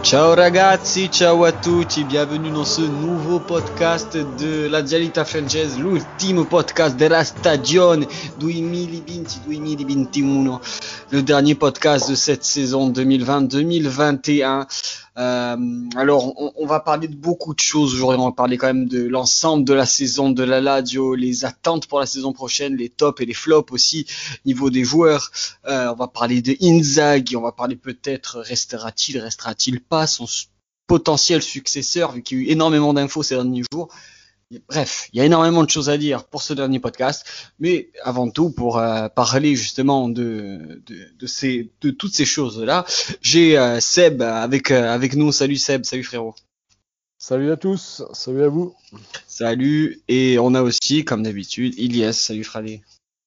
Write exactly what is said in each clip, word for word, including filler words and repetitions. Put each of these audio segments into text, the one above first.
Ciao ragazzi, ciao a tutti, bienvenue dans ce nouveau podcast de la Dialita Francese, l'ultimo podcast della stagione duemilaventi duemilaventuno, le dernier podcast de cette saison deux mille vingt deux mille vingt et un. Euh, alors, on, on va parler de beaucoup de choses aujourd'hui. On va parler quand même de l'ensemble de la saison de la Lazio, les attentes pour la saison prochaine, les tops et les flops aussi, niveau des joueurs. Euh, on va parler de Inzaghi, on va parler peut-être restera-t-il, restera-t-il pas, son potentiel successeur, vu qu'il y a eu énormément d'infos ces derniers jours. Bref, il y a énormément de choses à dire pour ce dernier podcast, mais avant tout, pour euh, parler justement de, de, de, ces, de toutes ces choses-là, j'ai euh, Seb avec, euh, avec nous. Salut Seb, salut frérot. Salut à tous, salut à vous. Salut, et on a aussi, comme d'habitude, Ilyes. Salut Fralé.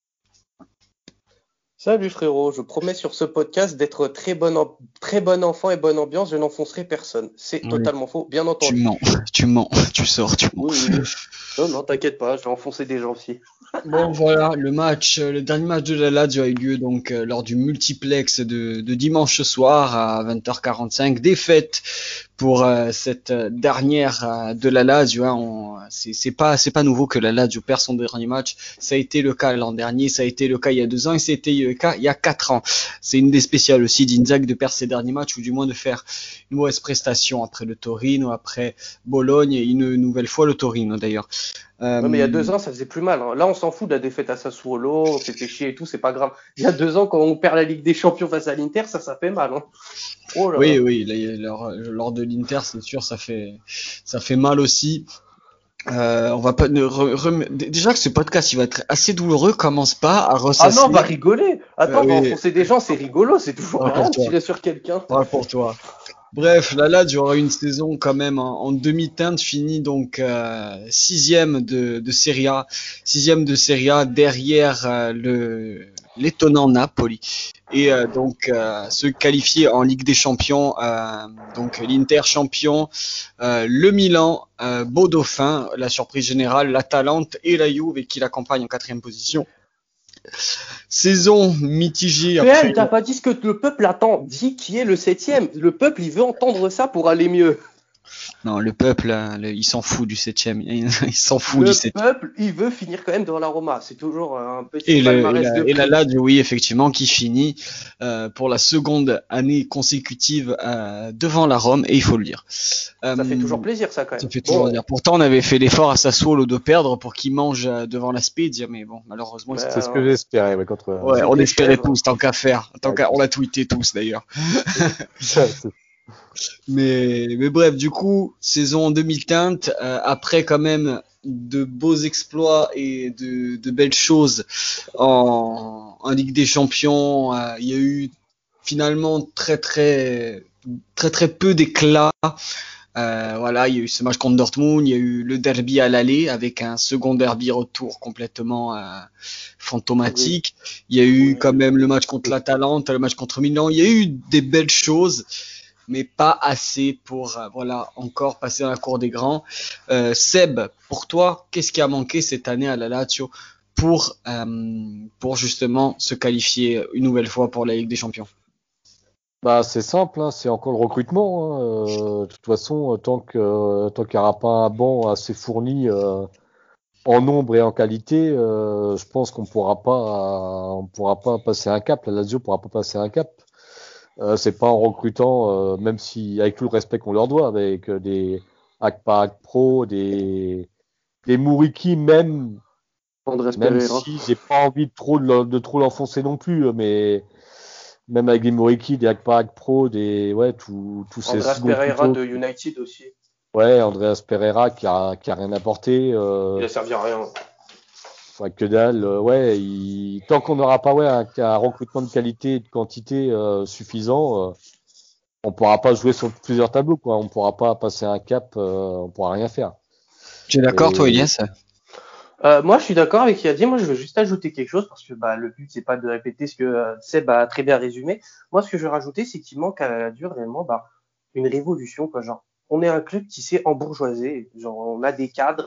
Salut frérot, je promets sur ce podcast d'être très bon, en... très bon enfant et bonne ambiance, je n'enfoncerai personne. C'est oui. Totalement faux, bien entendu. Tu mens, tu mens, tu sors, tu mens. Oui, oui. Non, non, t'inquiète pas, je vais enfoncer des gens aussi. Bon voilà, le match, le dernier match de la Lazio a eu lieu donc euh, lors du multiplex de, de dimanche soir à vingt heures quarante-cinq. Défaite pour euh, cette dernière euh, de la Lazio. Hein. On, c'est, c'est pas, c'est pas nouveau que la Lazio perd son dernier match. Ça a été le cas l'an dernier, ça a été le cas il y a deux ans et c'était le cas il y a quatre ans. C'est une des spéciales aussi d'Inzaghi de perdre ses derniers matchs ou du moins de faire une mauvaise prestation après le Torino, après Bologne et une nouvelle fois le Torino d'ailleurs. Euh... Ouais, mais il y a deux ans, ça faisait plus mal. Hein. Là, on s'en fout de la défaite à Sassuolo, on s'est fait chier et tout, c'est pas grave. Il y a deux ans, quand on perd la Ligue des Champions face à l'Inter, ça, ça fait mal. Hein. Oh là oui, là. oui, là, lors, lors de l'Inter, c'est sûr, ça fait, ça fait mal aussi. Euh, on va pas ne re, re, déjà que ce podcast il va être assez douloureux, commence pas à ressasser. Ah non, on va rigoler. Attends, euh, on va oui. enfoncer des gens, c'est rigolo, c'est toujours ouais, marrant de tirer sur quelqu'un. Ouais, pour toi. Bref, la Lazio aura une saison quand même en, en demi-teinte, fini donc euh, sixième de, de Serie A, sixième de Serie A derrière euh, le l'étonnant Napoli et euh, donc euh, se qualifier en Ligue des Champions, euh, donc l'Inter champion, euh, le Milan, euh, beau dauphin, la surprise générale, l'Atalante et la Juve qui l'accompagnent en quatrième position. Saison mitigée. P M, t'as pas dit ce que le peuple attend. Dis qui est le septième. Le peuple, il veut entendre ça pour aller mieux. Non, le peuple, le, il s'en fout du septième. Il s'en fout le du septième. Le peuple, il veut finir quand même devant la Roma. C'est toujours un petit et palmarès le, et la, de Et la Lazio, oui, effectivement, qui finit euh, pour la seconde année consécutive euh, devant la Rome, et il faut le dire. Euh, ça fait toujours plaisir, ça, quand même. Ça fait toujours bon, plaisir. Pourtant, on avait fait l'effort à Sassuolo de perdre pour qu'il mange devant la Spezia, mais bon, malheureusement... C'est alors... ce que j'espérais, ouais, contre... Ouais, on espérait chèvres. tous, tant qu'à faire. Tant ouais, qu'à... On l'a tweeté tous, d'ailleurs. mais, mais bref, du coup, saison en demi-teinte, euh, après quand même de beaux exploits et de, de belles choses en, en Ligue des Champions, euh, il y a eu finalement très très très très peu d'éclats. Euh, voilà, il y a eu ce match contre Dortmund, il y a eu le derby à l'aller avec un second derby retour complètement euh, fantomatique. Oui. Il y a eu oui. quand même le match contre l'Atalante, le match contre Milan. Il y a eu des belles choses, mais pas assez pour euh, voilà encore passer dans la cour des grands. Euh, Seb, pour toi, qu'est-ce qui a manqué cette année à la Lazio pour euh, pour justement se qualifier une nouvelle fois pour la Ligue des Champions? Bah c'est simple, hein, c'est encore le recrutement. Hein. Euh, de toute façon, tant que euh, tant qu'il n'y aura pas un banc assez fourni euh, en nombre et en qualité, euh, je pense qu'on pourra pas on pourra pas passer un cap. La Lazio pourra pas passer un cap. Euh, c'est pas en recrutant, euh, même si avec tout le respect qu'on leur doit, avec euh, des Akpa Akpro, des des Mouriki même. Andrés même Pereira. si j'ai pas envie de trop de, de trop l'enfoncer non plus, mais même avec des Moriki, des Akpa Pro, des ouais, tous tous ces Andrés Pereira de United aussi. Ouais, Andreas Pereira qui a qui a rien apporté. Euh... Il a servi à rien. Ouais, que dalle. Euh, ouais, il... tant qu'on n'aura pas ouais un, un recrutement de qualité et de quantité euh, suffisant, euh, on pourra pas jouer sur plusieurs tableaux quoi. On pourra pas passer un cap, euh, on pourra rien faire. Tu es d'accord, et... toi, Elias? Euh, moi, je suis d'accord avec ce qu'il a dit. Moi, je veux juste ajouter quelque chose parce que bah, le but, c'est pas de répéter ce que euh, Seb a très bien résumé. Moi, ce que je veux rajouter, c'est qu'il manque à la Lazio réellement bah, une révolution. Quoi. Genre, on est un club qui s'est embourgeoisé. Genre, on a des cadres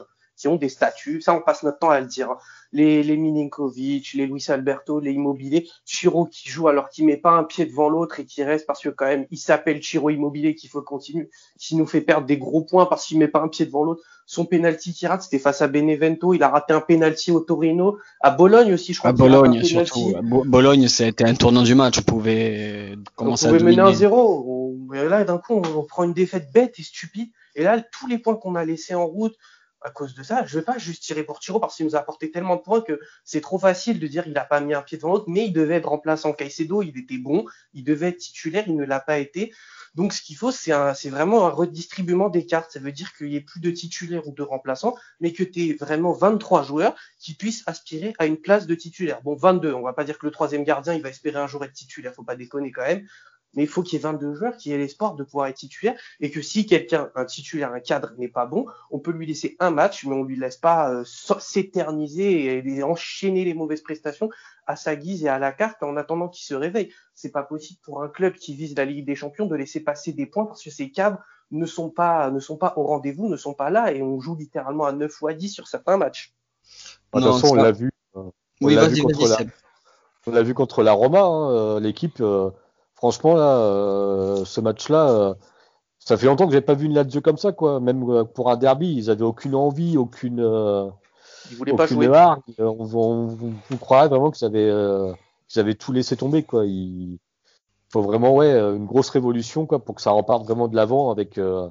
qui ont des statuts. Ça, on passe notre temps à le dire. Les, les Milinkovic, les Luis Alberto, les Immobilier, Chiro qui joue alors qu'il met pas un pied devant l'autre et qui reste parce que quand même, il s'appelle Chiro Immobilier qu'il faut continuer, qui nous fait perdre des gros points parce qu'il met pas un pied devant l'autre. Son penalty qu'il rate, c'était face à Benevento. Il a raté un penalty au Torino. À Bologne aussi, je crois. À Bologne, surtout. À Bo- Bologne, c'était un tournant du match. On pouvait commencer on pouvait à dominer. mener un zéro. On, et là, d'un coup, on, on prend une défaite bête et stupide. Et là, tous les points qu'on a laissés en route, à cause de ça, je vais pas juste tirer pour Chiro parce qu'il nous a apporté tellement de points que c'est trop facile de dire il a pas mis un pied devant l'autre, mais il devait être remplaçant. Caicedo, il était bon, il devait être titulaire, il ne l'a pas été. Donc, ce qu'il faut, c'est un, c'est vraiment un redistribuement des cartes. Ça veut dire qu'il y ait plus de titulaires ou de remplaçants, mais que tu aies vraiment vingt-trois joueurs qui puissent aspirer à une place de titulaire. Bon, vingt-deux. On va pas dire que le troisième gardien, il va espérer un jour être titulaire. Faut pas déconner quand même. Mais il faut qu'il y ait vingt-deux joueurs qui aient l'espoir de pouvoir être titulaire et que si quelqu'un, un titulaire, un cadre n'est pas bon, on peut lui laisser un match, mais on lui laisse pas euh, s'éterniser et, et enchaîner les mauvaises prestations à sa guise et à la carte en attendant qu'il se réveille. C'est pas possible pour un club qui vise la Ligue des Champions de laisser passer des points parce que ses cadres ne sont pas, ne sont pas au rendez-vous, ne sont pas là et on joue littéralement à neuf ou à dix sur certains matchs. De toute façon, on l'a vu. On oui, l'a vas-y, vu contre vas-y, la, Seb. on l'a vu contre la Roma, hein, euh, l'équipe. Euh, franchement, là, euh, ce match-là, euh, ça fait longtemps que j'ai pas vu une Lazio comme ça, quoi. Même euh, pour un derby, ils avaient aucune envie, aucune, euh, Ils voulaient pas aucune jouer. hargne. On, on, on, on croirait vraiment qu'ils avaient, euh, qu'ils avaient tout laissé tomber, quoi. Il faut vraiment, ouais, une grosse révolution, quoi, pour que ça reparte vraiment de l'avant avec euh,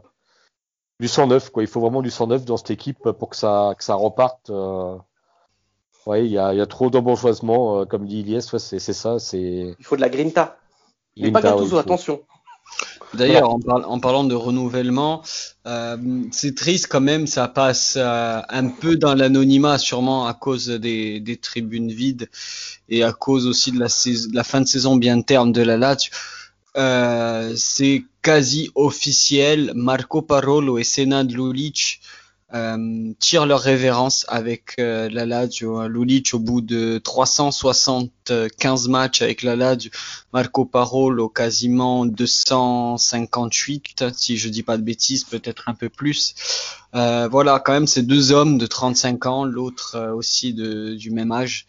du sang neuf, quoi. Il faut vraiment du sang neuf dans cette équipe pour que ça, que ça reparte. Euh... Ouais, il y a, il y a trop d'embourgeoisement, euh, comme dit Ilyes, ouais, c'est, c'est ça, c'est. Il faut de la grinta. Mais Grinta, pas ouais, Gattuso, faut... attention. D'ailleurs, en, par- en parlant de renouvellement, euh, c'est triste quand même, ça passe euh, un peu dans l'anonymat, sûrement à cause des, des tribunes vides et à cause aussi de la, sais- de la fin de saison bien terne de la Lazio. Euh, c'est quasi officiel, Marco Parolo et Senad Lulic euh, tirent leur révérence avec euh, la Lazio. Lulic au bout de trois cent soixante-quinze matchs avec la Lazio, Marco Parolo quasiment deux cent cinquante-huit, si je dis pas de bêtises, peut-être un peu plus. Euh, voilà, quand même ces deux hommes de trente-cinq ans, l'autre euh, aussi de, du même âge,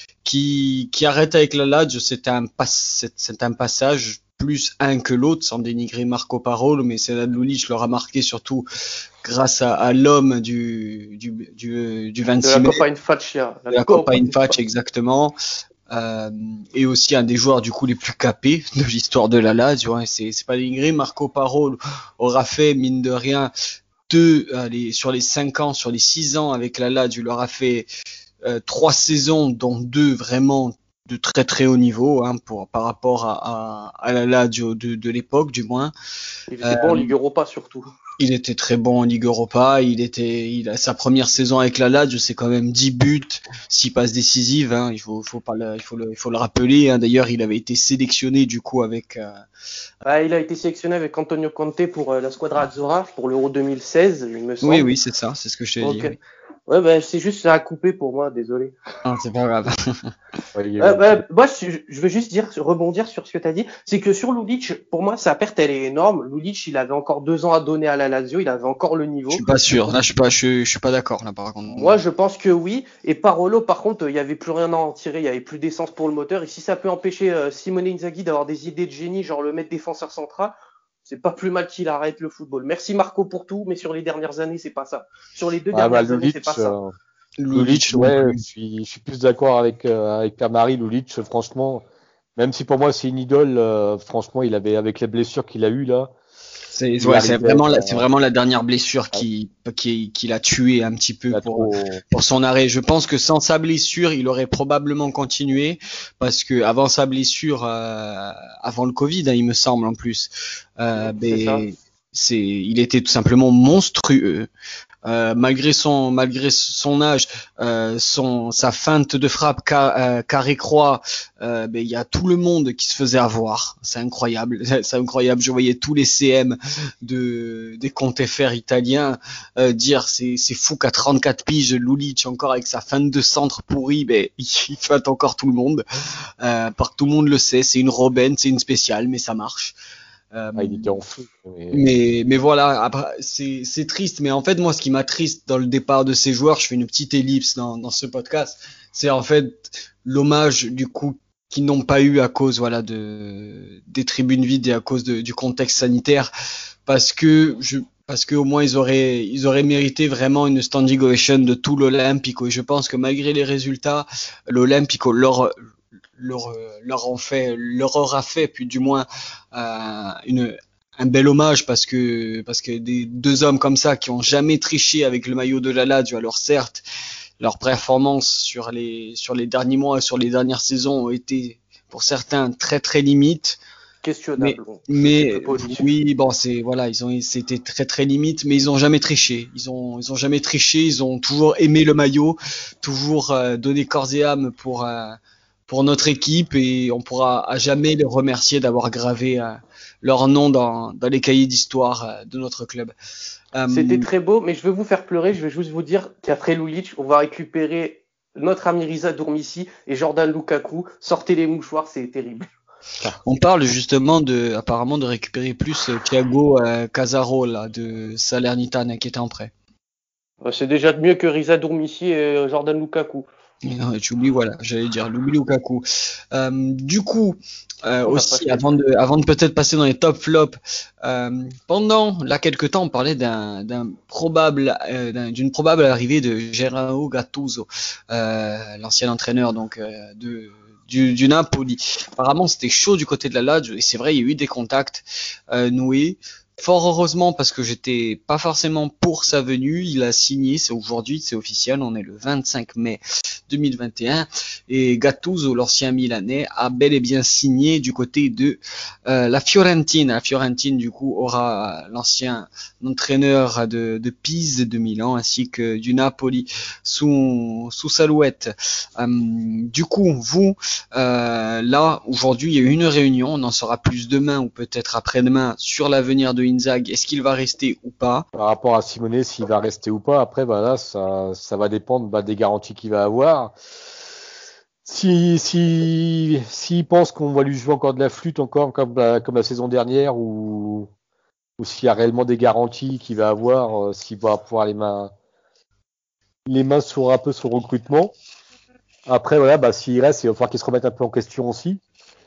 qui, qui arrêtent avec la Lazio. C'est un, pas, c'est, c'est un passage plus un que l'autre, sans dénigrer Marco Parolo, mais Senad Lulic leur a marqué surtout grâce à, à l'homme du, du, du, du vingt-six De la mai. Coppa Infaccia. La, la Coppa Infaccia, exactement. Euh, et aussi un des joueurs du coup les plus capés de l'histoire de la Lazio. Hein. C'est, c'est pas dénigré. Marco Parolo aura fait, mine de rien, deux, allez, sur les cinq ans, sur les six ans avec la Lazio, il leur a fait euh, trois saisons, dont deux vraiment de très très haut niveau, hein, pour, par rapport à, à, à la Lazio de, de l'époque, du moins. Il était euh, bon en Ligue Europa surtout. Il était très bon en Ligue Europa. Il était, il a sa première saison avec la Lazio, c'est quand même dix buts, six passes décisives. Hein, il faut, faut pas, le, il faut le, il faut le rappeler. Hein. D'ailleurs, il avait été sélectionné du coup avec. Euh... Ah, il a été sélectionné avec Antonio Conte pour euh, la Squadra Azzurra pour l'Euro deux mille seize, il me semble. Oui, oui, c'est ça, c'est ce que je t'ai dit. Oui. Ouais, bah, c'est juste ça a coupé pour moi, désolé. Ah, c'est pas grave. ouais, euh, bah, moi, je, je veux juste dire, rebondir sur ce que tu as dit, c'est que sur Lulic, pour moi, sa perte, elle est énorme. Lulic, il avait encore deux ans à donner à la Lazio, il avait encore le niveau. Je suis pas sûr, là, je suis pas, je, je suis pas d'accord, là, par contre. Moi, je pense que oui. Et Parolo, par contre, il y avait plus rien à en tirer, il y avait plus d'essence pour le moteur. Et si ça peut empêcher euh, Simone Inzaghi d'avoir des idées de génie, genre le mettre défenseur central, c'est pas plus mal qu'il arrête le football. Merci Marco pour tout, mais sur les dernières années, c'est pas ça. Sur les deux ah, dernières bah, années, Lulic, c'est pas ça. Euh... Lulic, ouais, je suis, je suis plus d'accord avec euh, avec Pierre-Marie. Lulic, franchement, même si pour moi c'est une idole, euh, franchement, il avait avec les blessures qu'il a eues là. C'est, ouais, c'est vraiment la, c'est vraiment la dernière blessure qui, qui, qui l'a tué un petit peu pour, trop... pour son arrêt. Je pense que sans sa blessure, il aurait probablement continué parce que avant sa blessure, euh, avant le Covid, hein, il me semble en plus, euh, c'est ben, c'est, il était tout simplement monstrueux. Euh, malgré son malgré son âge, euh, son sa feinte de frappe ca, euh, carré croix, euh, ben il y a tout le monde qui se faisait avoir. C'est incroyable, c'est incroyable. Je voyais tous les C M de des comptes F R italiens euh, dire c'est c'est fou qu'à trente-quatre piges, Lulic encore avec sa feinte de centre pourrie, ben il, il feinte encore tout le monde. Euh, par tout le monde le sait, c'est une Robben, c'est une spéciale, mais ça marche. Euh, Ah, il était en feu. Mais... mais, mais voilà, après, c'est, c'est triste. Mais en fait, moi, ce qui m'attriste dans le départ de ces joueurs, je fais une petite ellipse dans, dans ce podcast, c'est en fait l'hommage du coup qu'ils n'ont pas eu à cause voilà de des tribunes vides et à cause de, du contexte sanitaire, parce que je parce qu'au moins ils auraient ils auraient mérité vraiment une standing ovation de tout l'Olympico. Et je pense que malgré les résultats, l'Olympico leur leur leur ont fait leur aura fait puis du moins euh, une un bel hommage, parce que parce que des deux hommes comme ça qui ont jamais triché avec le maillot de la Lazio, alors certes leurs performances sur les sur les derniers mois et sur les dernières saisons ont été pour certains très très limites. Mais, Questionnable. Bon, mais oui, bon, c'est voilà, ils ont, c'était très très limite, mais ils ont jamais triché. Ils ont, ils ont jamais triché. Ils ont toujours aimé le maillot, toujours euh, donné corps et âme pour euh, pour notre équipe, et on pourra à jamais les remercier d'avoir gravé euh, leur nom dans dans les cahiers d'histoire euh, de notre club. Euh, C'était très beau, mais je vais vous faire pleurer. Je vais juste vous dire qu'après Lulic, on va récupérer notre ami Riza Dourmissi et Jordan Lukaku. Sortez les mouchoirs, c'est terrible. On parle justement de, apparemment, de récupérer plus Thiago euh, Casaro là, de Salernitana qui était en prêt. C'est déjà mieux que Riza Dourmissi et Jordan Lukaku. Non, tu oublies, voilà, j'allais dire, l'oubli Lukaku. Euh, du coup, euh, aussi, avant de, avant de peut-être passer dans les top flops, euh, pendant là quelques temps, on parlait d'un, d'un probable, euh, d'un, d'une probable arrivée de Gennaro Gattuso, euh, l'ancien entraîneur donc euh, de Du, du Napoli. Apparemment, c'était chaud du côté de la Lazio, et c'est vrai, il y a eu des contacts euh, noués. Fort heureusement, parce que j'étais pas forcément pour sa venue, il a signé, c'est aujourd'hui, c'est officiel, on est le vingt-cinq mai deux mille vingt et un, et Gattuso, l'ancien Milanais, a bel et bien signé du côté de euh, la Fiorentina. La Fiorentina, du coup, aura l'ancien entraîneur de, de Pise de Milan, ainsi que du Napoli sous, sous sa louette. Euh, du coup, vous, euh, là, aujourd'hui, il y a eu une réunion, on en saura plus demain ou peut-être après-demain sur l'avenir de Inzaghi. Est-ce qu'il va rester ou pas? Par rapport à Simone, s'il va rester ou pas, après, bah là, ça, ça va dépendre bah, des garanties qu'il va avoir. Si, si, s'il pense qu'on va lui jouer encore de la flûte, encore comme la, comme la saison dernière, ou, ou s'il y a réellement des garanties qu'il va avoir, euh, s'il va pouvoir les mains, les mains sur un peu son recrutement. Après, voilà, bah, s'il reste, il va falloir qu'il se remette un peu en question aussi,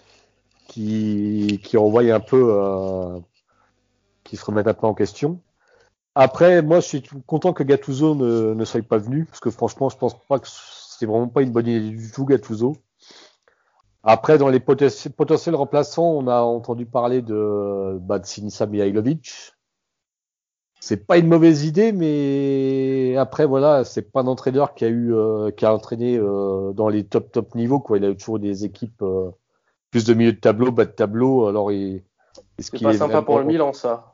qu'il, qu'il renvoie un peu, euh, qu'il se remette un peu en question. Après, moi, je suis content que Gattuso ne, ne soit pas venu, parce que franchement, je pense pas que c'est vraiment pas une bonne idée du tout, Gattuso. Après, dans les poten- potentiels remplaçants, on a entendu parler de, bah, de Sinisa Mihajlovic. C'est pas une mauvaise idée, mais après, voilà, c'est pas un entraîneur qui a eu, euh, qui a entraîné euh, dans les top top niveaux, quoi. Il a eu toujours des équipes euh, plus de milieu de tableau, bas de tableau. Alors, il, est-ce C'est qu'il pas est sympa vraiment... pour le Milan, ça.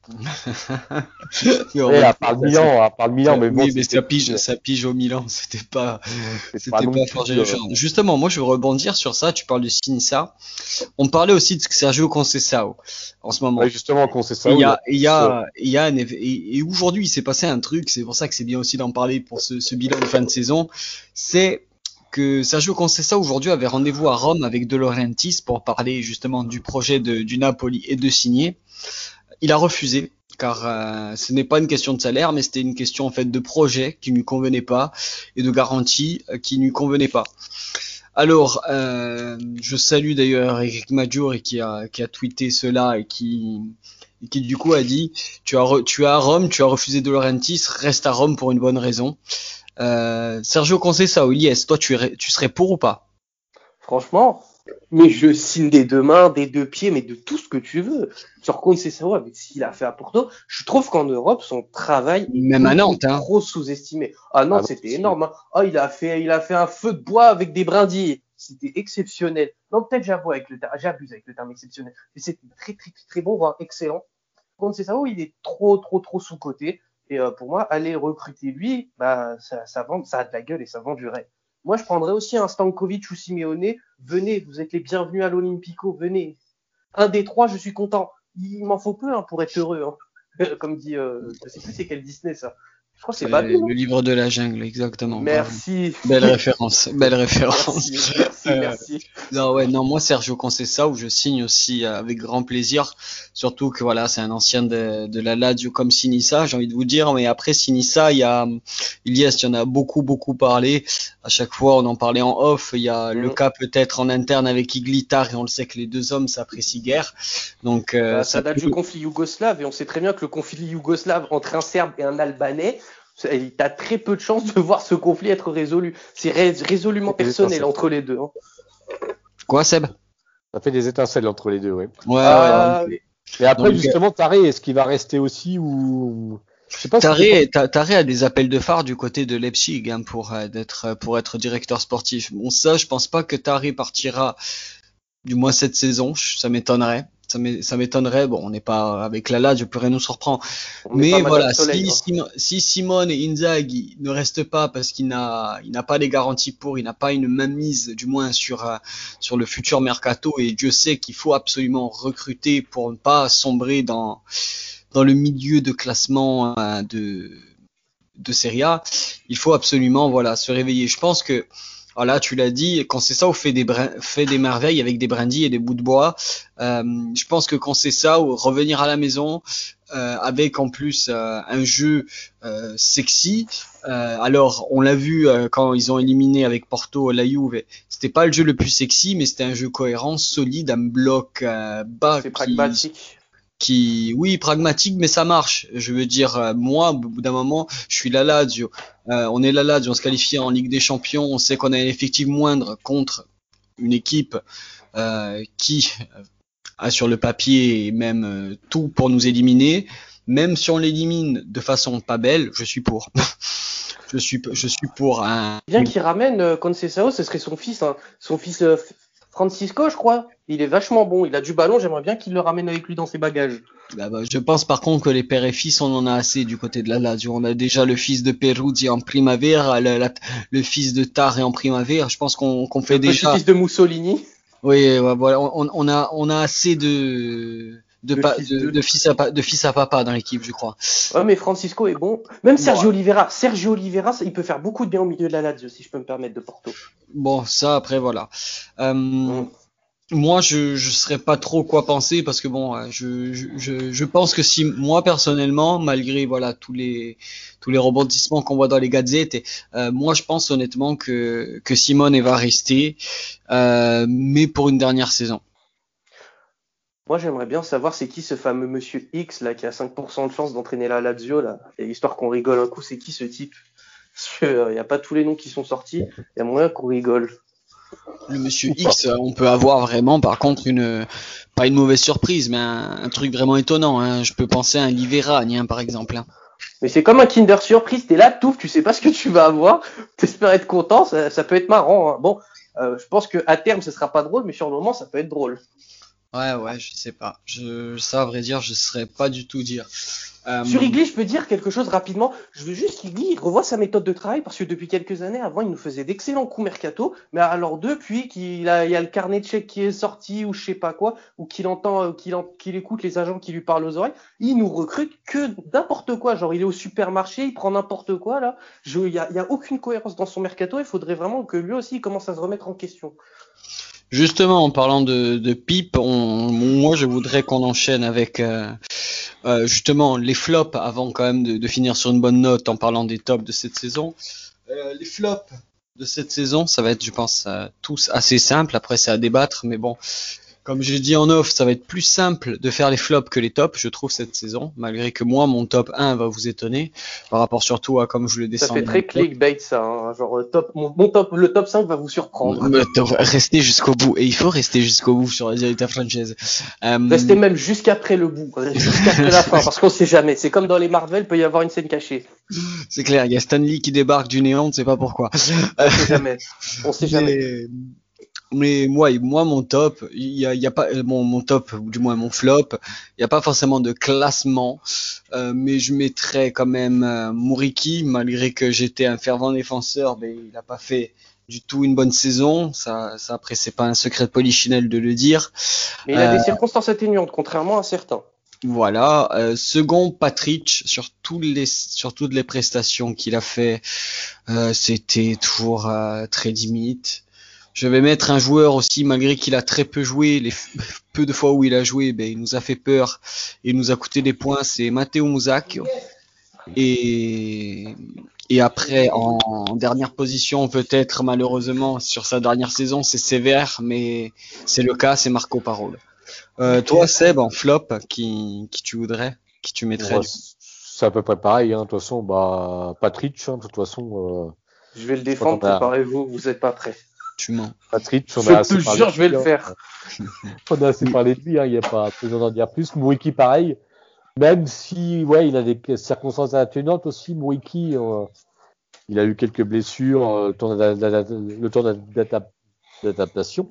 Ouais, à part le Milan, à part le Milan, mais bon, oui, mais c'était ça pige, ça pige au Milan, c'était pas, c'est c'était pas pas non fort. plus. Euh... Justement, moi, je veux rebondir sur ça. Tu parles de Sinisa. On parlait aussi de Sergio Conceição en ce moment. Ouais, justement, Conceição, Il y a, il il y a, il y a un, et, et aujourd'hui, il s'est passé un truc. C'est pour ça que c'est bien aussi d'en parler pour ce, ce bilan de fin de saison. C'est que Sergio Conceição aujourd'hui avait rendez-vous à Rome avec De Laurentiis pour parler justement du projet de, du Napoli et de signer. Il a refusé, car euh, ce n'est pas une question de salaire, mais c'était une question en fait de projet qui ne lui convenait pas et de garantie euh, qui ne lui convenait pas. Alors, euh, je salue d'ailleurs Eric Maggiore qui a qui a tweeté cela et qui et qui du coup a dit tu as re, tu es à Rome, tu as refusé De Laurentiis, reste à Rome pour une bonne raison. Euh, Sergio Conceição, Elias, toi tu tu serais pour ou pas? Franchement, mais je signe des deux mains, des deux pieds, mais de tout ce que tu veux. Sur Conceição, avec ce qu'il a fait à Porto, je trouve qu'en Europe, son travail est même à Nantes, hein. trop sous-estimé. Ah non, Ah, c'était c'est... énorme. Hein. Ah, il a fait, il a fait un feu de bois avec des brindilles. C'était exceptionnel. Non, peut-être j'avoue avec le terme, j'abuse avec le terme exceptionnel. Mais c'était très, très, très, très bon, voire excellent. Conceição, il est trop, trop, trop sous-coté. Et euh, pour moi, aller recruter lui, bah, ça, ça vend, ça a de la gueule et ça vend du rêve. Moi, je prendrais aussi un Stankovic ou Simeone. Venez, vous êtes les bienvenus à l'Olympico. Venez. Un des trois, je suis content. Il m'en faut peu hein, pour être heureux. Hein. Comme dit, euh, je sais plus c'est quel Disney ça. Je crois que c'est Ouais, Babi, non? le livre de la jungle, exactement. Bravo. Merci. Belle référence, belle référence. Merci, merci, Euh, merci. Non, ouais, non, moi Sergio Conceição, où je signe aussi euh, avec grand plaisir. Surtout que voilà, c'est un ancien de, de la Lazio comme Sinisa, j'ai envie de vous dire. Mais après Sinisa, il y a Ilias, il y en a beaucoup, beaucoup parlé. À chaque fois, on en parlait en off. Il y a le Mm. cas peut-être en interne avec Iglitar, et on le sait que les deux hommes s'apprécient guère. Donc euh, Bah, ça ça date peut. du conflit yougoslave et on sait très bien que le conflit yougoslave entre un Serbe et un Albanais, t'as très peu de chances de voir ce conflit être résolu. C'est ré- résolument Des personnel étincelles. entre les deux. Hein. Quoi, Seb? Ça fait des étincelles entre les deux, oui. Ouais, ouais. Ah, oui. Et après, Donc, justement, Taré, est-ce qu'il va rester aussi ou je sais pas si Taré, Ta- Taré a des appels de phare du côté de Leipzig hein, pour euh, d'être pour être directeur sportif. Bon, ça, je pense pas que Taré partira, du moins cette saison. Je- Ça m'étonnerait. Ça m'é- ça m'étonnerait. Bon, on n'est pas avec la Lazio, plus rien nous surprend. On n'est pas Mais Madame voilà, Soleil. si, hein. Simo- si Simone et Inzaghi ne restent pas parce qu'il n'a il n'a pas les garanties pour, il n'a pas une mainmise, du moins sur euh, sur le futur mercato. Et Dieu sait qu'il faut absolument recruter pour ne pas sombrer dans dans le milieu de classement euh, de de Serie A, il faut absolument voilà se réveiller. Je pense que voilà, tu l'as dit, quand c'est ça, on fait des brin- fait des merveilles avec des brindilles et des bouts de bois. Euh, je pense que quand c'est ça, ou revenir à la maison euh, avec en plus euh, un jeu euh, sexy. Euh, alors, on l'a vu euh, quand ils ont éliminé avec Porto la Juve, c'était pas le jeu le plus sexy, mais c'était un jeu cohérent, solide, un bloc euh, bas C'est qui pragmatique. qui, oui, pragmatique, mais ça marche. Je veux dire, euh, moi, au bout d'un moment, je suis la Lazio. Euh, on est la Lazio, on se qualifie en Ligue des Champions. On sait qu'on a un effectif moindre contre une équipe euh, qui a sur le papier même euh, tout pour nous éliminer. Même si on l'élimine de façon pas belle, je suis pour. je suis, je suis pour un. Bien qu'il ramène euh, Conceição, ce serait son fils, hein. Son fils euh, Francisco, je crois. Il est vachement bon. Il a du ballon. J'aimerais bien qu'il le ramène avec lui dans ses bagages. Bah, bah, je pense par contre que les pères et fils, on en a assez du côté de la Lazio. On a déjà le fils de Peruzzi en Primavera, le, la- le fils de Tare en Primavera. Je pense qu'on qu'on fait Le déjà. petit-fils de Mussolini. Oui, ouais, voilà, on, on a on a assez de de, Le pa- fils de, de- de fils à pa- de fils à papa dans l'équipe, je crois. Ouais, mais Francisco est bon. Même Bon, Sergio Oliveira. Sergio Oliveira, ça- il peut faire beaucoup de bien au milieu de la Lazio, si je peux me permettre, de Porto. bon, ça après voilà. Euh, Mm. Moi, je je saurais pas trop quoi penser parce que bon, euh, je je je je pense que si moi personnellement, malgré voilà tous les tous les rebondissements qu'on voit dans les gazettes, et, euh, moi je pense honnêtement que que Simone va rester, euh, mais pour une dernière saison. Moi, j'aimerais bien savoir c'est qui ce fameux monsieur X là qui a cinq pour cent de chance d'entraîner la Lazio là. Et histoire qu'on rigole un coup, c'est qui ce type? Parce que euh, y a pas tous les noms qui sont sortis. Il y a moyen qu'on rigole. Le Monsieur X, euh, on peut avoir vraiment par contre une pas une mauvaise surprise, mais un, un truc vraiment étonnant. Hein. Je peux penser à un Liverani hein, par exemple. Hein. Mais c'est comme un Kinder Surprise. T'es là, touf, tu sais pas ce que tu vas avoir. T'espères être content, ça, ça peut être marrant. Hein. Bon, euh, je pense que à terme, ce sera pas drôle, mais sur le moment, ça peut être drôle. Ouais, ouais, je sais pas. Je, ça, à vrai dire, je saurais pas du tout dire. Euh, Sur Igli, je peux dire quelque chose rapidement. Je veux juste qu'Igli il revoie sa méthode de travail parce que depuis quelques années, avant, il nous faisait d'excellents coups mercato. Mais alors, depuis qu'il a, il y a le carnet de chèques qui est sorti ou je sais pas quoi, ou qu'il entend, euh, qu'il, en- qu'il écoute les agents qui lui parlent aux oreilles, il nous recrute que n'importe quoi. Genre, il est au supermarché, il prend n'importe quoi, là. Je, il y a, il y a aucune cohérence dans son mercato. Il faudrait vraiment que lui aussi il commence à se remettre en question. Justement, en parlant de, de pipe, on, moi, je voudrais qu'on enchaîne avec euh, euh, justement les flops avant quand même de, de finir sur une bonne note en parlant des tops de cette saison. Euh, les flops de cette saison, ça va être, je pense, euh, tous assez simple. Après, c'est à débattre, mais bon. Comme j'ai dit en off, ça va être plus simple de faire les flops que les tops, je trouve, cette saison. Malgré que moi, mon top un va vous étonner, par rapport surtout à comme je le Ça descends. fait très clickbait, ça. Hein. Genre, euh, top, mon, mon top, le top cinq va vous surprendre. Restez jusqu'au bout. Et il faut rester jusqu'au bout sur la Dialita française. Euh, Restez même jusqu'après le bout, jusqu'après la fin, parce qu'on sait jamais. C'est comme dans les Marvel, peut y avoir une scène cachée. c'est clair, il y a Stan Lee qui débarque du néant, on ne sait pas pourquoi. On sait jamais. On sait jamais. Mais, mais moi, moi, mon top, il y a, il y a pas, mon, mon top, ou du moins mon flop, il n'y a pas forcément de classement, euh, mais je mettrais quand même euh, Muriqi, malgré que j'étais un fervent défenseur, mais il n'a pas fait du tout une bonne saison. Ça, ça après, c'est pas un secret de polichinelle de le dire. Mais il a Euh, des circonstances atténuantes, contrairement à certains. Voilà. Euh, second, Patrick, sur tous les, sur toutes les prestations qu'il a fait, euh, c'était toujours euh, très limite. Je vais mettre un joueur aussi, malgré qu'il a très peu joué, les f- peu de fois où il a joué, ben, il nous a fait peur et il nous a coûté des points, c'est Matteo Musacchio. Et, et après, en, en dernière position, peut-être malheureusement, sur sa dernière saison, c'est sévère, mais c'est le cas, c'est Marco Parolo. Euh, toi, Seb, en flop, qui, qui tu voudrais, qui tu mettrais Ouais, du coup? c'est à peu près pareil, hein. De toute façon, bah, Patrick, hein, de toute façon, euh, Je vais le je crois défendre, qu'on a, préparez-vous, vous êtes pas prêts. Tu mens. Patrick, on Je a te assez parlé jure, de je vais lui, le hein. faire. On a assez parlé de lui, hein. Il n'y a pas besoin d'en dire plus. Mouriki, pareil. Même si, ouais, il a des circonstances atténuantes aussi, Mouriki, euh, il a eu quelques blessures, euh, le temps d'a- d'a- le temps d'adap- d'adaptation.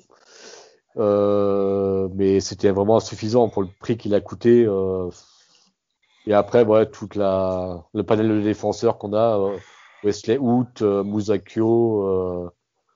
Euh, mais c'était vraiment insuffisant pour le prix qu'il a coûté. Euh, et après, ouais, toute la, le panel de défenseurs qu'on a, euh, Wesley Hoot, euh, Musakio, euh,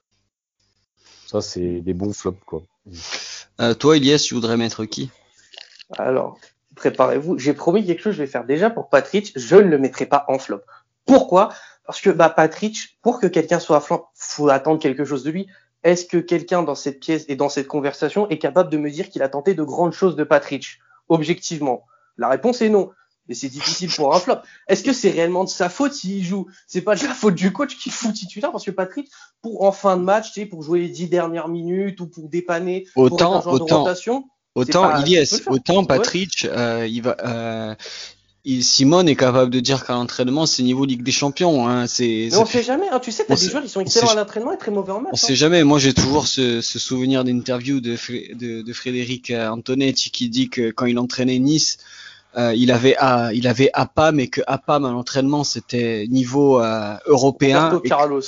ça c'est des bons flops, quoi. Euh, toi, Elias, tu voudrais mettre qui? Alors, préparez-vous. J'ai promis quelque chose, je vais faire déjà pour Patrick. Je ne le mettrai pas en flop. Pourquoi? Parce que bah, Patrick, pour que quelqu'un soit à flop, faut attendre quelque chose de lui. Est-ce que quelqu'un dans cette pièce et dans cette conversation est capable de me dire qu'il a tenté de grandes choses de Patrick? Objectivement. La réponse est non. Mais c'est difficile pour un flop. Est-ce que c'est réellement de sa faute s'il joue? C'est pas de la faute du coach qui fout titulaire parce que Patrick, pour en fin de match, tu sais, pour jouer les dix dernières minutes ou pour dépanner, pour être un Autant, joueur de autant, rotation, c'est autant, pas, tu peux Iliès, le faire. autant Ouais. Patrick, euh, il va, euh, il- Simone est capable de dire qu'à l'entraînement, c'est niveau Ligue des Champions, hein, c'est, Mais on c'est- sait jamais, hein. Tu sais, on t'as des sait, joueurs, ils sont on sait, excellents à l'entraînement et très mauvais en on match, sait hein. jamais. Moi, j'ai toujours ce, ce souvenir d'interview de, Fré- de, de Frédéric euh, Antonetti qui dit que quand il entraînait Nice, euh, il avait, à, il avait APA, mais que APA à l'entraînement, c'était niveau euh, européen. Roberto Et Carlos.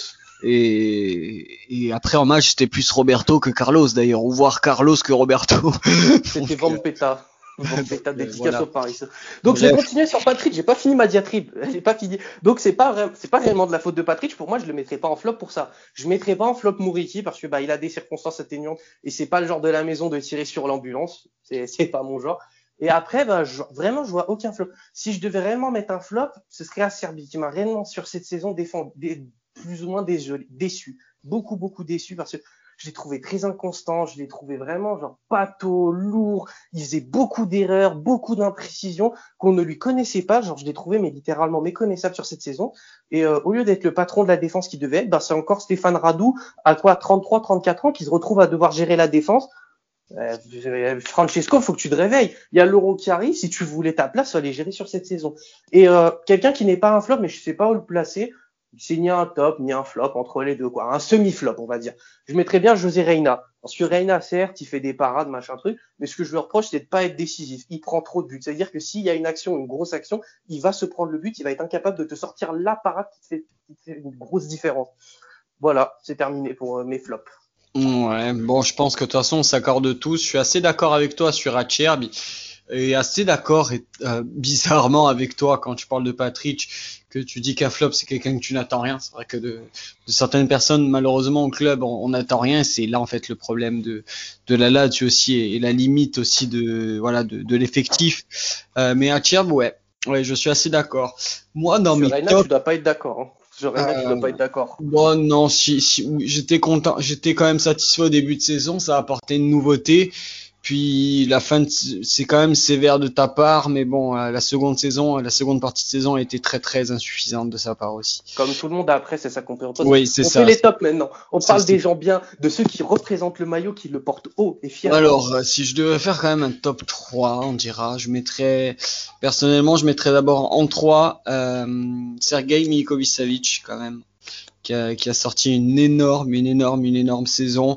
Et, et après en match, c'était plus Roberto que Carlos d'ailleurs, ou voir Carlos que Roberto. C'était Donc, euh, Vampeta. Vampeta, donc, euh, dédicace voilà. au Paris. Donc je vais Bref, continuer sur Patrick, j'ai pas fini ma diatribe, j'ai pas fini. Donc c'est pas vrai, c'est pas réellement de la faute de Patrick, pour moi je le mettrai pas en flop pour ça. Je mettrai pas en flop Mouriki parce que bah il a des circonstances atténuantes et c'est pas le genre de la maison de tirer sur l'ambulance, c'est c'est pas mon genre. Et après bah je, vraiment je vois aucun flop. Si je devais réellement mettre un flop, ce serait Acerbi qui m'a réellement sur cette saison défendu, dé, plus ou moins désolé, déçu, beaucoup beaucoup déçu parce que je l'ai trouvé très inconstant, je l'ai trouvé vraiment genre pâteau, lourd, il faisait beaucoup d'erreurs, beaucoup d'imprécisions qu'on ne lui connaissait pas. Genre, je l'ai trouvé mais littéralement méconnaissable sur cette saison. Et euh, au lieu d'être le patron de la défense qui devait être, bah, c'est encore Stéphane Radou, à quoi trente-trois, trente-quatre ans, qui se retrouve à devoir gérer la défense. Euh, Francesco, faut que tu te réveilles. Il y a l'Euro qui arrive. Si tu voulais ta place, fallait gérer sur cette saison. Et euh, quelqu'un qui n'est pas un flop, mais je sais pas où le placer. C'est ni un top, ni un flop, entre les deux, quoi. Un semi-flop, on va dire. Je mettrais bien José Reina. Parce que Reina, certes, il fait des parades, machin truc, mais ce que je lui reproche, c'est de pas être décisif. Il prend trop de buts. C'est-à-dire que s'il y a une action, une grosse action, il va se prendre le but, il va être incapable de te sortir la parade qui fait, qui fait une grosse différence. Voilà, c'est terminé pour euh, mes flops. ouais, bon, je pense que de toute façon, on s'accorde tous. Je suis assez d'accord avec toi sur Acerbi et assez d'accord et euh, bizarrement avec toi quand tu parles de Patrick, que tu dis qu'un flop c'est quelqu'un que tu n'attends rien. C'est vrai que de, de certaines personnes, malheureusement au club, on n'attend rien. C'est là en fait le problème de de la Lazio aussi et, et la limite aussi de voilà de, de l'effectif. Euh, mais Acerbi, ouais, ouais, je suis assez d'accord. Moi, dans Sur mes Reina, tops, tu dois pas être d'accord. Hein. Sur Reina, tu euh, dois pas être d'accord. bon, non, si, si, oui, j'étais content, j'étais quand même satisfait au début de saison, ça a apporté une nouveauté. Puis la fin, de, c'est quand même sévère de ta part, mais bon, euh, la seconde saison, la seconde partie de saison a été très très insuffisante de sa part aussi. Comme tout le monde après, c'est ça qu'on peut reposer. Oui, c'est On ça. fait les tops maintenant. On C'est, parle c'est... des gens bien, de ceux qui représentent le maillot, qui le portent haut et fièrement. Alors, euh, si je devais faire quand même un top trois, on dira, je mettrais, personnellement, je mettrais d'abord en trois euh, Sergei Milinkovic-Savic quand même. Qui a, qui a sorti une énorme, une énorme, une énorme saison.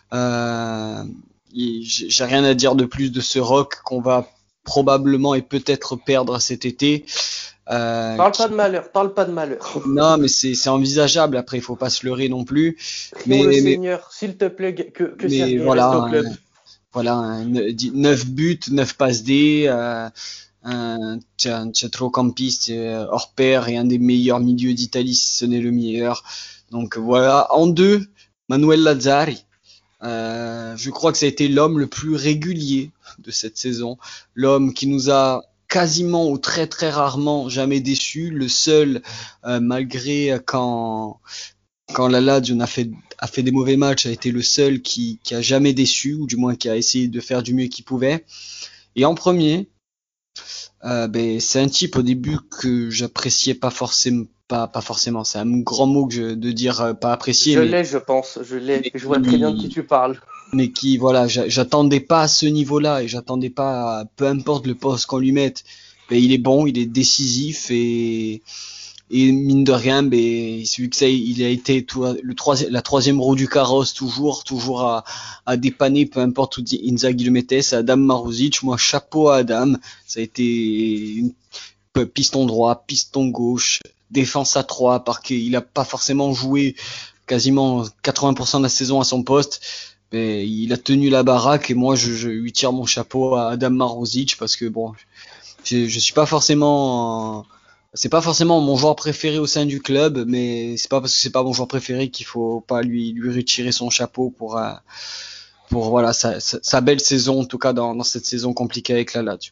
Euh, j'ai rien à dire de plus de ce rock qu'on va probablement et peut-être perdre cet été. Euh, Parle qui... pas de malheur, parle pas de malheur. Non, mais c'est, c'est envisageable. Après, il faut pas se leurrer non plus. Prions Mais, le mais, Seigneur, s'il te plaît, que, que mais Sergei voilà, reste au club. un, voilà, un, neuf buts, neuf passes D, euh, un, un centrocampiste euh, hors pair et un des meilleurs milieux d'Italie, si ce n'est le meilleur. Donc voilà, en deux, Manuel Lazzari. Euh, je crois que ça a été l'homme le plus régulier de cette saison, l'homme qui nous a quasiment ou très très rarement jamais déçu, le seul euh, malgré quand quand la Lazio a fait a fait des mauvais matchs, a été le seul qui qui a jamais déçu, ou du moins qui a essayé de faire du mieux qu'il pouvait. Et en premier, euh, ben c'est un type au début que j'appréciais pas forcément. Pas, pas forcément, c'est un grand mot que je, de dire euh, pas apprécié, Je mais, l'ai, je pense, je l'ai, mais je vois très bien de qui qui, tu parles. mais qui, voilà, j'a- j'attendais pas à ce niveau-là, et j'attendais pas, à- peu importe le poste qu'on lui mette, ben il est bon, il est décisif, et, et mine de rien, ben celui que ça, il a été tout, le troisième, la troisième roue du carrosse, toujours, toujours à, à dépanner, peu importe où Inzaghi le mettait. C'est Adam Maruzic. Moi, chapeau à Adam, ça a été une piston droit, piston gauche, défense à trois, parce qu'il a pas forcément joué quasiment quatre-vingts pour cent de la saison à son poste. Mais il a tenu la baraque, et moi je, je lui tire mon chapeau à Adam Maruzic, parce que bon, je, je suis pas forcément, euh, c'est pas forcément mon joueur préféré au sein du club, mais c'est pas parce que c'est pas mon joueur préféré qu'il faut pas lui lui retirer son chapeau pour euh, pour voilà sa, sa, sa belle saison, en tout cas dans, dans cette saison compliquée avec la Lazio.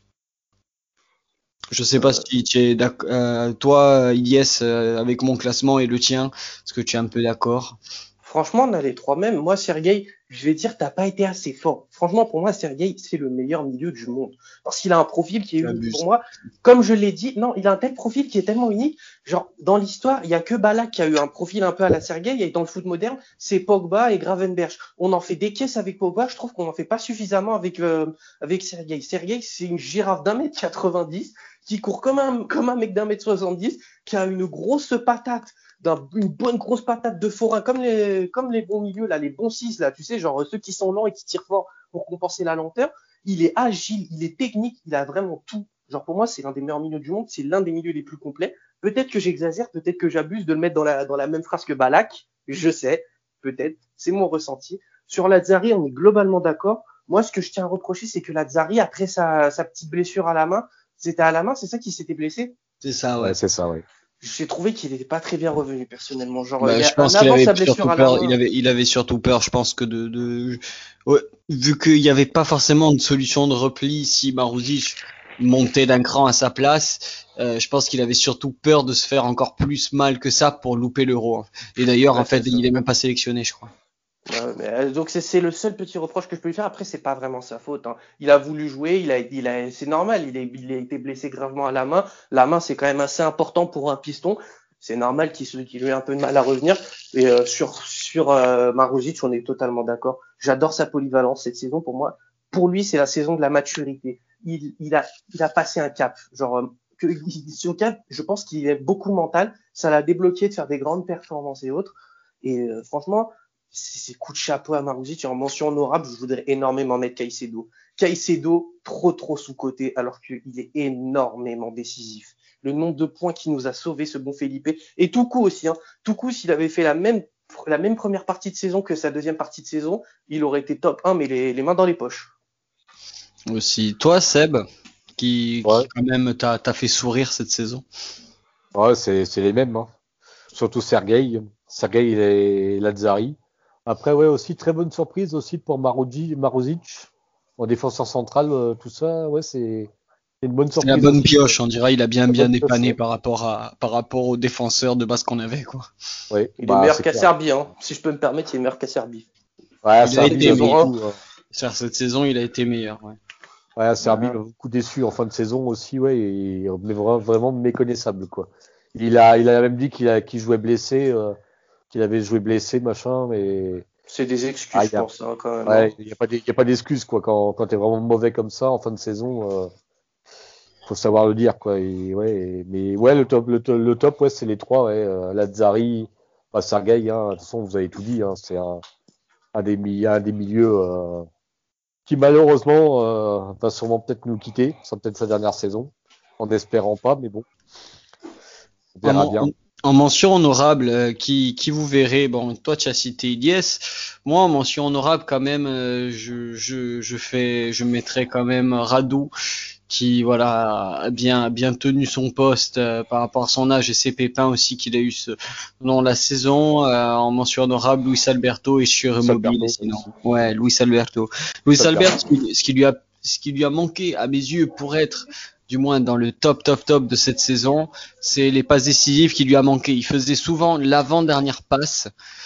Je sais pas Euh, si tu es d'accord, euh, toi, Ilyes, euh, avec mon classement et le tien, est-ce que tu es un peu d'accord? Franchement, on a les trois mêmes. Moi, Sergueï, je vais dire, t'as pas été assez fort. Franchement, pour moi, Sergueï, c'est le meilleur milieu du monde. Parce qu'il a un profil qui est Tu unique. Pour abuses. moi, comme je l'ai dit, non, il a un tel profil qui est tellement unique. Genre, dans l'histoire, il y a que Ballack qui a eu un profil un peu à la Sergueï. Et dans le foot moderne, c'est Pogba et Gravenberch. On en fait des caisses avec Pogba. Je trouve qu'on en fait pas suffisamment avec, euh, avec Sergueï. Sergueï, c'est une girafe d'un mètre quatre-vingt-dix qui court comme un, comme un mec d'un mètre soixante-dix, qui a une grosse patate, d'un, une bonne grosse patate de forain, comme les, comme les bons milieux, là, les bons six, là, tu sais, genre ceux qui sont lents et qui tirent fort pour compenser la lenteur. Il est agile, il est technique, il a vraiment tout. Genre, pour moi, c'est l'un des meilleurs milieux du monde, c'est l'un des milieux les plus complets. Peut-être que j'exagère, peut-être que j'abuse de le mettre dans la, dans la même phrase que Ballack. Je sais, peut-être. C'est mon ressenti. Sur Lazzari, on est globalement d'accord. Moi, ce que je tiens à reprocher, c'est que Lazzari, après sa, sa petite blessure à la main, c'était à la main, c'est ça qui s'était blessé? C'est ça, ouais. Ouais, c'est ça, ouais. J'ai trouvé qu'il n'était pas très bien revenu, personnellement. Genre, Bah, il y je a pense un qu'il avant avait sa blessure surtout à la peur. Il main. avait, il avait surtout peur, je pense, que de, de, ouais, vu qu'il n'y avait pas forcément de solution de repli si Maruzic montait d'un cran à sa place. Euh, je pense qu'il avait surtout peur de se faire encore plus mal que ça pour louper l'Euro. Et d'ailleurs, Ouais, en c'est fait, ça. il est même pas sélectionné, je crois. Ouais, mais, euh, donc c'est c'est le seul petit reproche que je peux lui faire. Après, c'est pas vraiment sa faute, hein. Il a voulu jouer, il a, il a, c'est normal. Il, est, il a été blessé gravement à la main. La main, c'est quand même assez important pour un piston. C'est normal qu'il se- qu'il ait un peu de mal à revenir. Et euh, sur sur euh, Maruzic, on est totalement d'accord. J'adore sa polyvalence cette saison. Pour moi, pour lui, c'est la saison de la maturité. Il, il a, il a passé un cap. Genre, euh, que, ce cap, je pense qu'il est beaucoup mental. Ça l'a débloqué de faire des grandes performances et autres. Et euh, franchement, c'est c'est coup de chapeau à Maruzic. En mention honorable, je voudrais énormément mettre Caicedo. Caicedo, trop trop sous-coté, alors qu'il est énormément décisif. Le nombre de points qui nous a sauvé ce bon Felipe. Et Toukou aussi, hein. Toukou, s'il avait fait la même, la même première partie de saison que sa deuxième partie de saison, il aurait été top un, mais les, les mains dans les poches. Aussi. Toi, Seb, qui, Ouais, qui quand même t'a, t'a fait sourire cette saison. ouais, c'est, c'est les mêmes, hein. Surtout Sergueï, Sergueï et Lazzari. Après, ouais, aussi, très bonne surprise aussi pour Maruji, Maruzic, en défenseur central, euh, tout ça, ouais, c'est c'est une bonne C'est la surprise bonne aussi, quoi. pioche, on dirait. Il a bien La bien bonne pioche, dépanné ouais. par rapport à, par rapport aux défenseurs de base qu'on avait, quoi. Ouais, Il est bah, meilleur c'est clair. qu'Acerbi, hein. Si je peux me permettre, il est meilleur qu'Acerbi. Ouais, Il a Serbi Cette été m'a saison meilleur. un, beaucoup, euh, Sur cette saison, il a été meilleur, ouais. ouais, Serbi voilà. m'a beaucoup déçu en fin de saison aussi, ouais, et, mais vra- vraiment méconnaissable, quoi. Il a, il a même dit qu'il a, qu'il jouait blessé, euh, qu'il avait joué blessé, machin, mais, C'est des excuses, ah, je il y a, pense, hein, quand même, hein. ouais, il y a pas d'e- il y a pas d'excuse, quoi, quand, quand t'es vraiment mauvais comme ça en fin de saison, euh, faut savoir le dire, quoi. Et, ouais, et- mais ouais, le top, le, to- le top, ouais, c'est les trois, ouais, euh, Lazzari, bah, Sergueï, hein, de toute façon, vous avez tout dit, hein, c'est un, un des, mi- un des milieux, euh, qui malheureusement, euh, va sûrement peut-être nous quitter, c'est peut-être sa dernière saison, en espérant pas, mais bon, on En, verra men- bien. en mention honorable, euh, qui, qui vous verrez, bon, toi tu as cité Ilyes, moi en mention honorable quand même, euh, je, je, je fais, je mettrais quand même Radu, qui voilà a bien bien tenu son poste euh, par rapport à son âge et ses pépins aussi qu'il a eu ce, dans la saison. Euh, en mention honorable, Luis Alberto et sur Luis mobile. Alberto Sinon, aussi. ouais, Luis Alberto. Luis Luis Alberto, Alberto. ce qui, ce qui lui a ce qui lui a manqué à mes yeux pour être du moins dans le top top top de cette saison, c'est les passes décisives qui lui a manqué. Il faisait souvent l'avant-dernière passe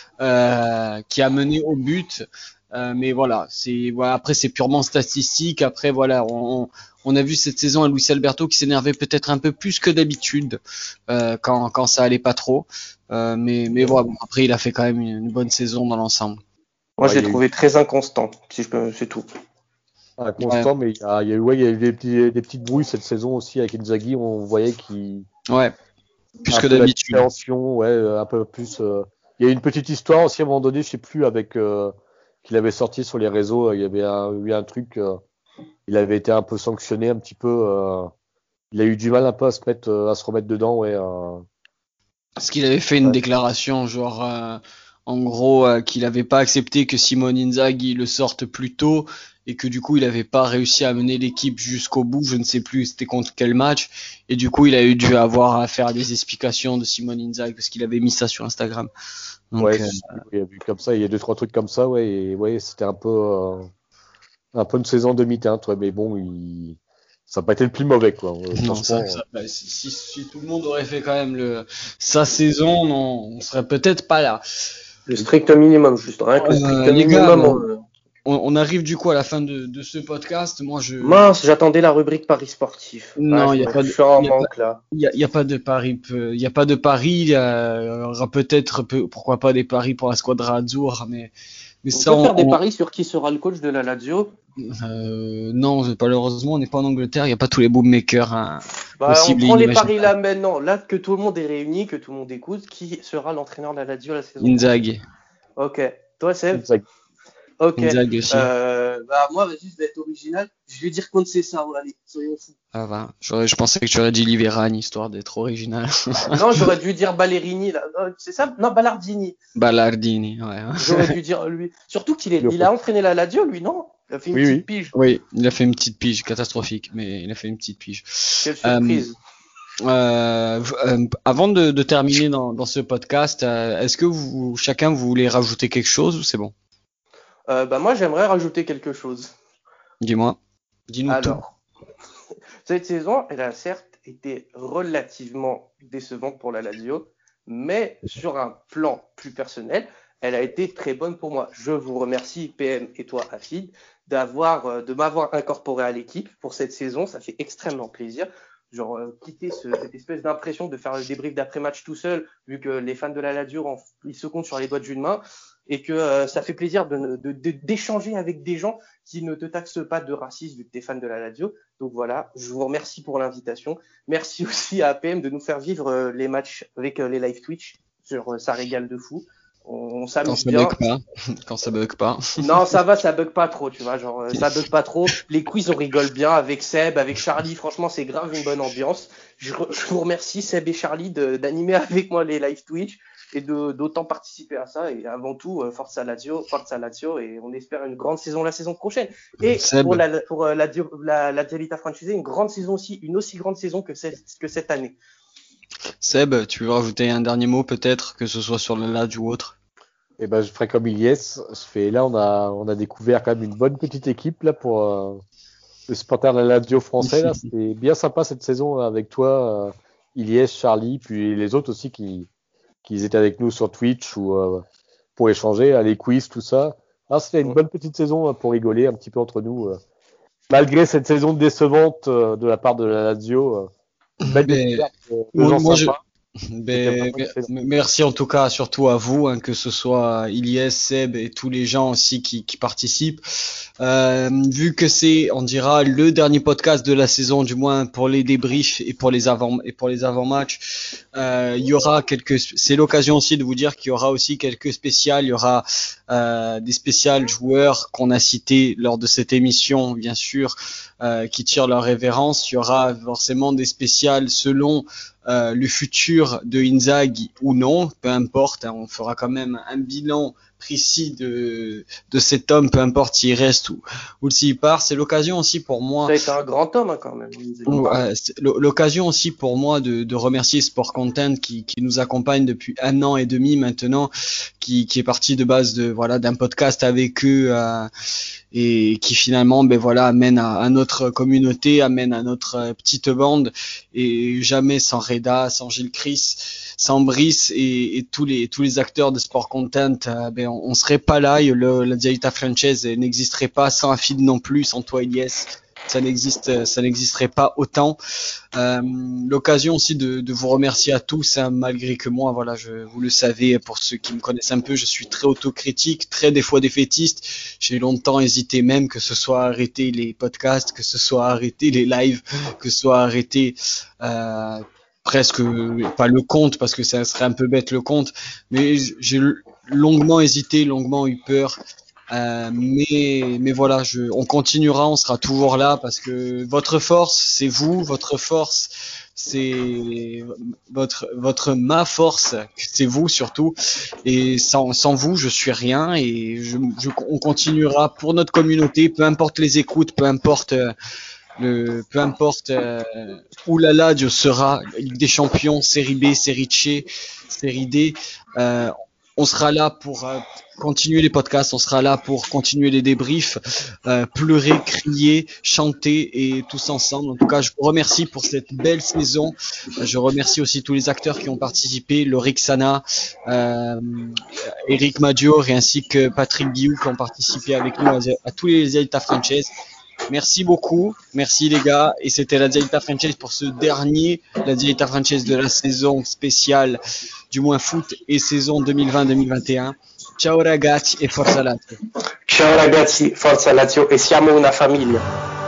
euh, qui a mené au but. Euh, mais voilà, c'est voilà, après c'est purement statistique. Après voilà, on, on a vu cette saison un Luis Alberto qui s'énervait peut-être un peu plus que d'habitude euh, quand quand ça allait pas trop. Euh, mais mais voilà, bon, après il a fait quand même une, une bonne saison dans l'ensemble. Moi, Ouais, je il l'ai y a eu trouvé très inconstant, si je peux, c'est tout. un Ouais, constant, mais il y a, il y a eu, ouais, il y a eu des, petits, des petites brouilles cette saison aussi avec Inzaghi. On voyait qu'il ouais, plus un que peu d'habitude. d'appréhension, ouais, euh, un peu plus. euh. Il y a eu une petite histoire aussi à un moment donné, je sais plus, avec euh, qu'il avait sorti sur les réseaux. Il y avait un- eu un truc. euh, il avait été un peu sanctionné un petit peu. euh, il a eu du mal un peu à se mettre, euh, à se remettre dedans, ouais. euh. Parce qu'il avait fait une Ouais. déclaration, genre, euh, en gros, euh, qu'il n'avait pas accepté que Simone Inzaghi le sorte plus tôt et que du coup, il n'avait pas réussi à mener l'équipe jusqu'au bout. Je ne sais plus c'était contre quel match. Et du coup, il a eu dû avoir à faire des explications de Simone Inzaghi parce qu'il avait mis ça sur Instagram. Ouais, Donc, euh, je sais plus, il y a vu comme ça, il y a deux trois trucs comme ça, ouais, et ouais, c'était un peu, euh, un peu une saison demi-teinte, ouais, mais bon, il, ça n'a pas été le plus mauvais, quoi. Euh, non, ça, franchement, ça bah, si, si, si tout le monde aurait fait quand même le, sa saison, non, on serait peut-être pas là. Le strict minimum, juste rien que le strict Euh, les gars, minimum. bon, on- on, on arrive du coup à la fin de, de ce podcast. Moi, je, Mince, j'attendais la rubrique Paris sportif. Ah, non, il je, y a me... pas je de, suis en il y a pas, manque là. il y a, il y a pas de pari, il y a pas de pari. Il y, a- il y aura peut-être, peu- pourquoi pas des paris pour la squadra Azzurra, mais, mais On ça, peut on, faire des on- paris sur qui sera le coach de la Lazio. euh, non, malheureusement, on n'est pas en Angleterre. Il n'y a pas tous les bookmakers hein, Bah, on possibles et prend les paris inimaginables. là maintenant. Là que tout le monde est réuni, que tout le monde écoute, qui sera l'entraîneur de la Lazio la saison prochaine? Inzaghi, Ok. Toi, Seb? Inzaghi. Ok. Inzaghi aussi. Euh, bah, moi, vas-y, je vais être original. Je vais dire contre César. Allez, soyons fous. Ça va. J'aurais, je pensais que tu aurais dit Liverani, histoire d'être original. Non, j'aurais dû dire Ballerini. Là. Non, c'est ça? Non, Ballardini. Ballardini, ouais. J'aurais dû dire lui. Surtout qu'il est, Le il a entraîné la Lazio, lui, non? Il a fait une Oui, petite oui. pige. Oui, il a fait une petite pige catastrophique, mais il a fait une petite pige. Quelle Euh, surprise. Euh, euh, avant de, de terminer dans, dans ce podcast, euh, est-ce que vous, chacun, vous voulez rajouter quelque chose ou c'est bon? Euh, bah, moi, j'aimerais rajouter quelque chose. Dis-moi. Dis-nous tout. Alors, cette saison, elle a certes été relativement décevante pour la Lazio, mais sur un plan plus personnel, elle a été très bonne pour moi. Je vous remercie, P M et toi, Afid, d'avoir, euh, de m'avoir incorporé à l'équipe pour cette saison. Ça fait extrêmement plaisir. Genre, euh, quitter ce, cette espèce d'impression de faire le débrief d'après-match tout seul, vu que les fans de la Lazio, en- ils se comptent sur les doigts d'une main, et que euh, ça fait plaisir de, de, de, d'échanger avec des gens qui ne te taxent pas de racisme vu que tu es fan de la Lazio. Donc voilà, je vous remercie pour l'invitation. Merci aussi à A P M de nous faire vivre euh, les matchs avec euh, les live Twitch. Sur, euh, ça régale de fou. On, on Quand s'amuse ça bien. bug pas. Quand ça bug pas. Non, ça va, ça bug pas trop, tu vois. Genre, euh, ça bug pas trop. Les quiz, on rigole bien avec Seb, avec Charlie. Franchement, c'est grave une bonne ambiance. Je, re- je vous remercie, Seb et Charlie, de- d'animer avec moi les live Twitch et de d'autant participer à ça. Et avant tout, euh, Forza Lazio, Forza Lazio, et on espère une grande saison la saison prochaine. Et Seb, pour la pour euh, la, la, la Dialita Franchisée, une grande saison aussi, une aussi grande saison que cette que cette année. Seb, tu veux rajouter un dernier mot peut-être, que ce soit sur le Lazio ou autre? Et ben, je ferai comme Ilyes. Je fais, là, on a, on a découvert quand même une bonne petite équipe, là, pour, euh, le supporter de la Lazio français, là. C'était bien sympa cette saison avec toi, euh, Ilyes, Charlie, puis les autres aussi qui, qui étaient avec nous sur Twitch ou, euh, pour échanger, à les quiz, tout ça. Ah, c'était une bonne petite saison, hein, pour rigoler un petit peu entre nous, euh. Malgré cette saison décevante, euh, de la part de la Lazio, euh, belle Ben, découverte de, de moi, gens moi, je, sympas. C'était Ben, vraiment une saison. me- merci en tout cas, surtout à vous, hein, que ce soit Ilyes, Seb et tous les gens aussi qui, qui participent. Euh, vu que c'est, on dira, le dernier podcast de la saison, du moins pour les débriefs et pour les avant et pour les avant-matchs, euh, il y aura quelques. C'est l'occasion aussi de vous dire qu'il y aura aussi quelques spéciales. Il y aura euh, des spéciales joueurs qu'on a cités lors de cette émission, bien sûr, euh, qui tirent leur révérence. Il y aura forcément des spéciales selon euh, le futur de Inzaghi ou non, peu importe, hein, on fera quand même un bilan précis de, de cet homme, peu importe s'il reste ou, ou s'il part. C'est l'occasion aussi pour moi. Ça a été un grand homme hein, quand même. Ouais, c'est l'occasion aussi pour moi de, de remercier Sport Content qui, qui nous accompagne depuis un an et demi maintenant, qui, qui est parti de base de voilà d'un podcast avec eux euh, et qui finalement ben voilà amène à, à notre communauté, amène à notre petite bande, et jamais sans Reda, sans Gilles Chris, sans Brice et, et tous les tous les acteurs de Sport Content, euh, ben on, on serait pas là, et le, la Dialita Franchise n'existerait pas sans Afid non plus, sans toi Elias. Ça n'existe, ça n'existerait pas autant. Euh, l'occasion aussi de, de vous remercier à tous, hein, malgré que moi, voilà, je, vous le savez, pour ceux qui me connaissent un peu, je suis très autocritique, très des fois défaitiste. J'ai longtemps hésité même que ce soit arrêter les podcasts, que ce soit arrêter les lives, que ce soit arrêter euh, presque pas le compte, parce que ça serait un peu bête le compte, mais j'ai longuement hésité, longuement eu peur. Euh, mais mais voilà, je, on continuera, on sera toujours là parce que votre force, c'est vous, votre force, c'est votre votre ma force, c'est vous surtout. Et sans sans vous, je suis rien, et je, je on continuera pour notre communauté, peu importe les écoutes, peu importe euh, le peu importe euh, où la Lazio sera, Ligue des Champions, Série B, Série C, Série D. Euh, on sera là pour euh, continuer les podcasts, on sera là pour continuer les débriefs, euh, pleurer, crier, chanter, et tous ensemble. En tout cas, je vous remercie pour cette belle saison. Je remercie aussi tous les acteurs qui ont participé, Lorik Sana, euh, Eric Maggior et ainsi que Patrick Guillou qui ont participé avec nous à, à tous les Dialita Franchise. Merci beaucoup, merci les gars, et c'était la Dialita Franchise pour ce dernier, la Dialita Franchise de la saison spéciale du Moins Foot et saison duemilavingt duemilaventuno. Ciao ragazzi e forza Lazio. Ciao ragazzi, forza Lazio e siamo una famiglia.